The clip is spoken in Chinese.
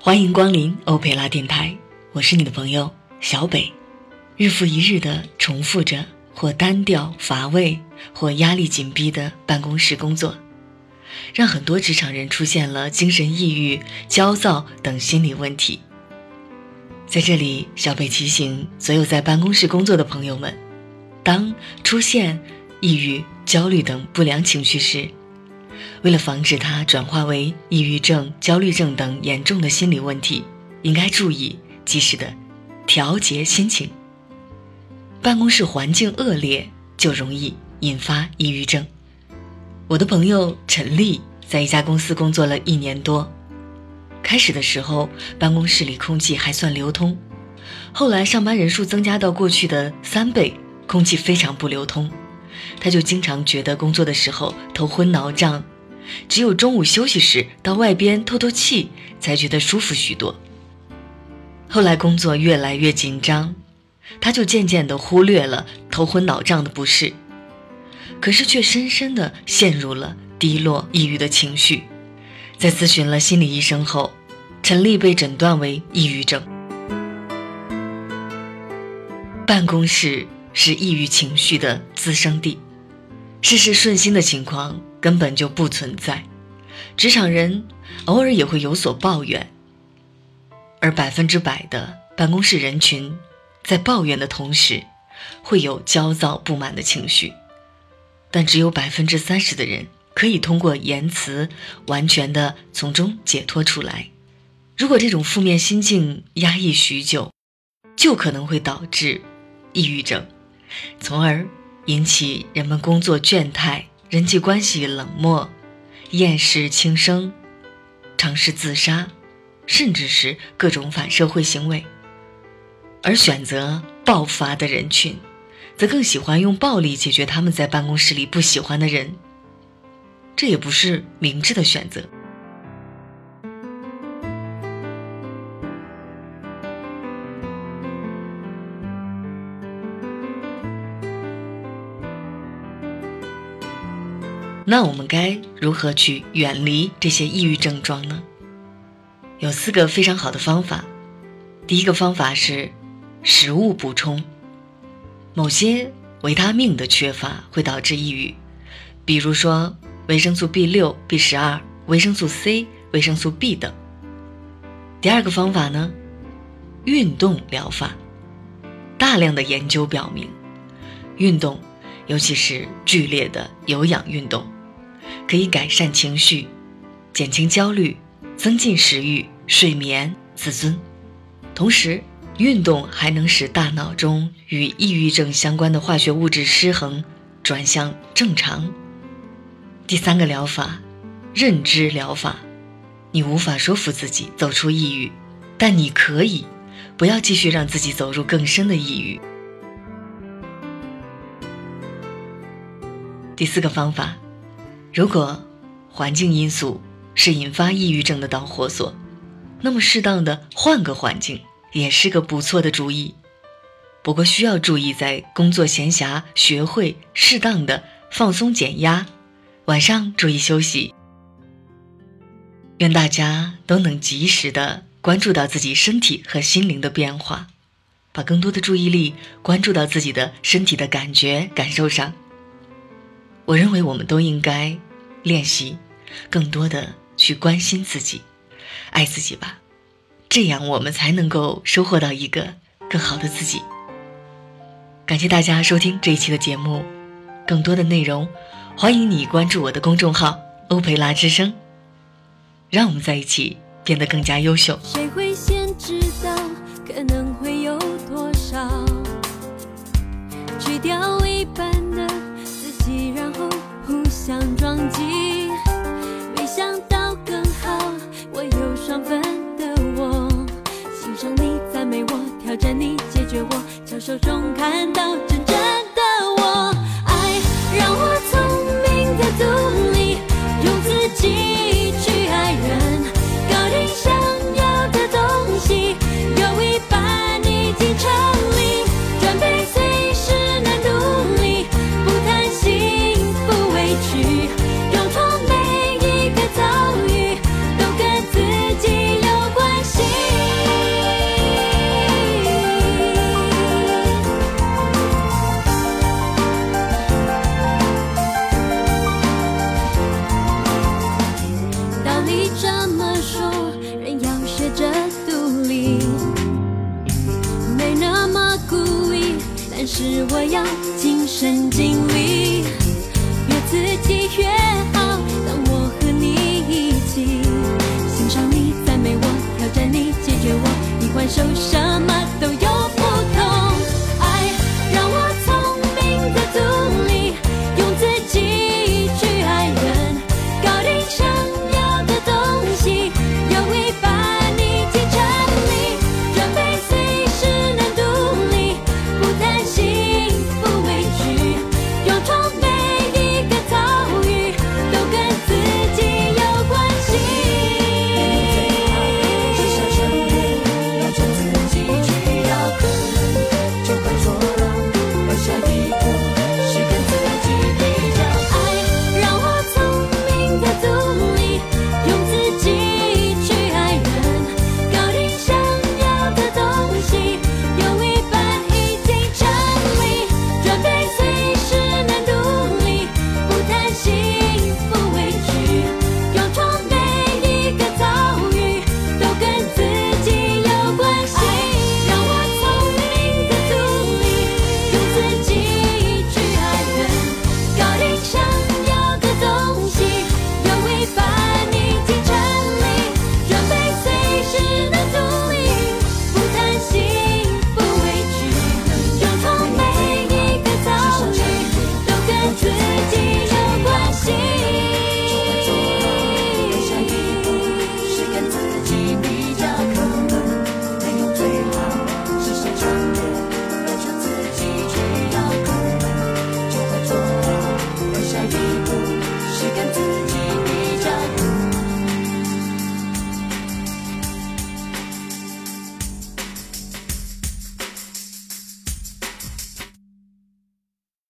欢迎光临欧佩拉电台，我是你的朋友小北。日复一日地重复着或单调乏味或压力紧逼的办公室工作，让很多职场人出现了精神抑郁、焦躁等心理问题。在这里，小北提醒所有在办公室工作的朋友们，当出现抑郁、焦虑等不良情绪时，为了防止它转化为抑郁症、焦虑症等严重的心理问题，应该注意及时的调节心情。办公室环境恶劣就容易引发抑郁症。我的朋友陈丽在一家公司工作了1年多，开始的时候办公室里空气还算流通，后来上班人数增加到过去的3倍，空气非常不流通，他就经常觉得工作的时候头昏脑胀，只有中午休息时到外边透透气才觉得舒服许多。后来工作越来越紧张，他就渐渐地忽略了头昏脑胀的不适，可是却深深地陷入了低落抑郁的情绪。在咨询了心理医生后，陈丽被诊断为抑郁症。办公室是抑郁情绪的滋生地，事事顺心的情况根本就不存在，职场人偶尔也会有所抱怨，而100%的办公室人群在抱怨的同时会有焦躁不满的情绪，但只有30%的人可以通过言辞完全的从中解脱出来。如果这种负面心境压抑许久，就可能会导致抑郁症，从而引起人们工作倦怠、人际关系冷漠、厌世轻生、尝试自杀，甚至是各种反社会行为。而选择爆发的人群则更喜欢用暴力解决他们在办公室里不喜欢的人，这也不是明智的选择。那我们该如何去远离这些抑郁症状呢？有4个非常好的方法。第一个方法是食物补充。某些维他命的缺乏会导致抑郁，比如说维生素 B6、B12、维生素 C、维生素 B 等。第二个方法呢，运动疗法。大量的研究表明，运动，尤其是剧烈的有氧运动，可以改善情绪，减轻焦虑，增进食欲、睡眠、自尊。同时，运动还能使大脑中与抑郁症相关的化学物质失衡转向正常。第3个疗法，认知疗法。你无法说服自己走出抑郁，但你可以不要继续让自己走入更深的抑郁。第4个方法，如果环境因素是引发抑郁症的导火索，那么适当的换个环境也是个不错的主意。不过需要注意在工作闲暇学会适当的放松减压，晚上注意休息。愿大家都能及时的关注到自己身体和心灵的变化，把更多的注意力关注到自己的身体的感觉感受上。我认为我们都应该练习更多的去关心自己，爱自己吧，这样我们才能够收获到一个更好的自己。感谢大家收听这一期的节目，更多的内容欢迎你关注我的公众号欧佩拉之声，让我们在一起变得更加优秀。 谁会先知道可能会有多少，去掉一半的自己，然后互相撞击，没想到更好，我有双份的我，欣赏你，赞美我，挑战你，解决我，巧手中看到真正的我。爱让我聪明的独立，用自己去爱人，搞定想要的东西，有一半已经成立，准备随时能独立，不贪心不委屈，用脱每一个遭遇都跟自己有关系。 但是我要尽身尽力，越刺激越好。当我和你一起欣赏你、赞美我、挑战你、解决我，你换受伤。